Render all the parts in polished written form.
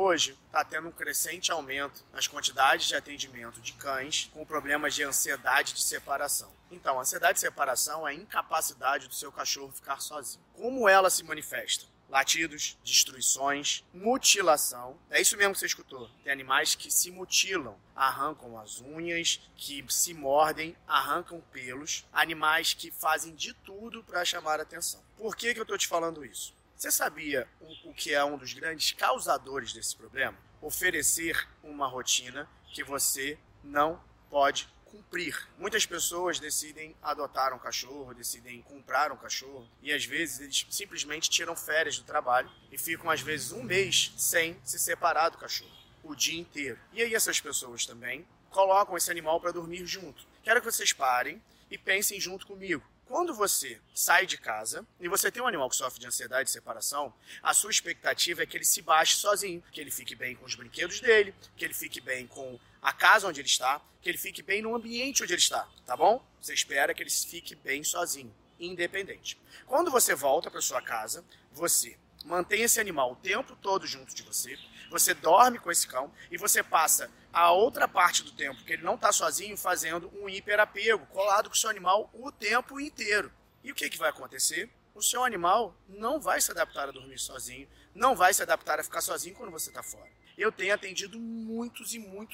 hoje está tendo um crescente aumento nas quantidades de atendimento de cães com problemas de ansiedade de separação. Então, a ansiedade de separação é a incapacidade do seu cachorro ficar sozinho. Como ela se manifesta? Latidos, destruições, mutilação. É isso mesmo que você escutou. Tem animais que se mutilam, arrancam as unhas, que se mordem, arrancam pelos. Animais que fazem de tudo para chamar a atenção. Por que eu estou te falando isso? Você sabia o que é um dos grandes causadores desse problema? Oferecer uma rotina que você não pode cumprir. Muitas pessoas decidem adotar um cachorro, decidem comprar um cachorro e às vezes eles simplesmente tiram férias do trabalho e ficam às vezes um mês sem se separar do cachorro, o dia inteiro. E aí essas pessoas também colocam esse animal para dormir junto. Quero que vocês parem e pensem junto comigo. Quando você sai de casa e você tem um animal que sofre de ansiedade de separação, a sua expectativa é que ele se baixe sozinho, que ele fique bem com os brinquedos dele, que ele fique bem com a casa onde ele está, que ele fique bem no ambiente onde ele está, tá bom? Você espera que ele fique bem sozinho, independente. Quando você volta para sua casa, você mantém esse animal o tempo todo junto de você, você dorme com esse cão e você passa a outra parte do tempo que ele não está sozinho fazendo um hiperapego, colado com o seu animal o tempo inteiro. E o que vai acontecer? O seu animal não vai se adaptar a dormir sozinho, não vai se adaptar a ficar sozinho quando você está fora. Eu tenho atendido muitos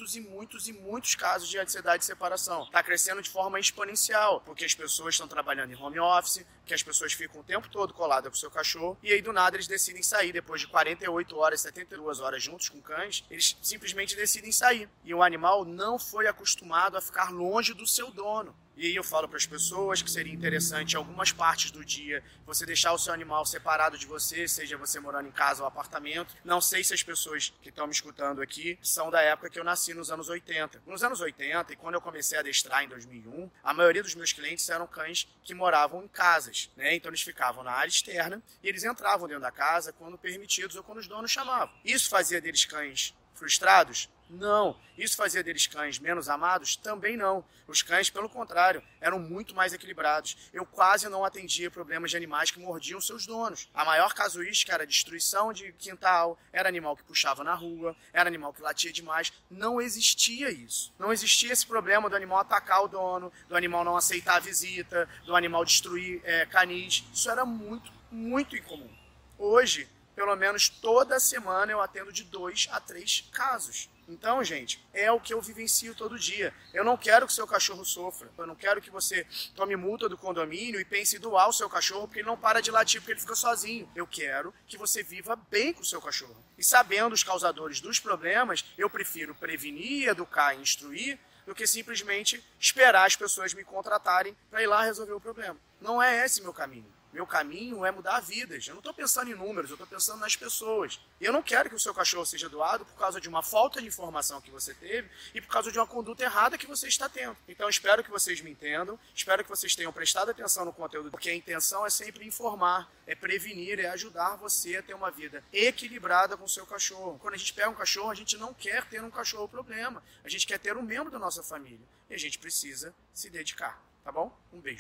casos de ansiedade de separação. Está crescendo de forma exponencial, porque as pessoas estão trabalhando em home office, que as pessoas ficam o tempo todo coladas com o seu cachorro, e aí do nada eles decidem sair. Depois de 48 horas, 72 horas juntos com cães, eles simplesmente decidem sair. E o animal não foi acostumado a ficar longe do seu dono. E aí eu falo para as pessoas que seria interessante em algumas partes do dia você deixar o seu animal separado de você, seja você morando em casa ou apartamento. Não sei se as pessoas que estão me escutando aqui são da época que eu nasci nos anos 80. Nos anos 80, e quando eu comecei a adestrar em 2001, a maioria dos meus clientes eram cães que moravam em casas, né? Então eles ficavam na área externa e eles entravam dentro da casa quando permitidos ou quando os donos chamavam. Isso fazia deles cães frustrados? Não. Isso fazia deles cães menos amados? Também não. Os cães, pelo contrário, eram muito mais equilibrados. Eu quase não atendia problemas de animais que mordiam seus donos. A maior casuística era destruição de quintal, era animal que puxava na rua, era animal que latia demais. Não existia isso. Não existia esse problema do animal atacar o dono, do animal não aceitar a visita, do animal destruir canis. Isso era muito incomum. Hoje, pelo menos toda semana eu atendo de 2 a 3 casos. Então, gente, é o que eu vivencio todo dia. Eu não quero que seu cachorro sofra. Eu não quero que você tome multa do condomínio e pense em doar o seu cachorro porque ele não para de latir porque ele fica sozinho. Eu quero que você viva bem com o seu cachorro. E sabendo os causadores dos problemas, eu prefiro prevenir, educar e instruir do que simplesmente esperar as pessoas me contratarem para ir lá resolver o problema. Não é esse meu caminho. Meu caminho é mudar vidas. Eu não estou pensando em números, eu estou pensando nas pessoas. E eu não quero que o seu cachorro seja doado por causa de uma falta de informação que você teve e por causa de uma conduta errada que você está tendo. Então espero que vocês me entendam, espero que vocês tenham prestado atenção no conteúdo, porque a intenção é sempre informar, é prevenir, é ajudar você a ter uma vida equilibrada com o seu cachorro. Quando a gente pega um cachorro, a gente não quer ter um cachorro problema. A gente quer ter um membro da nossa família. E a gente precisa se dedicar, tá bom? Um beijo.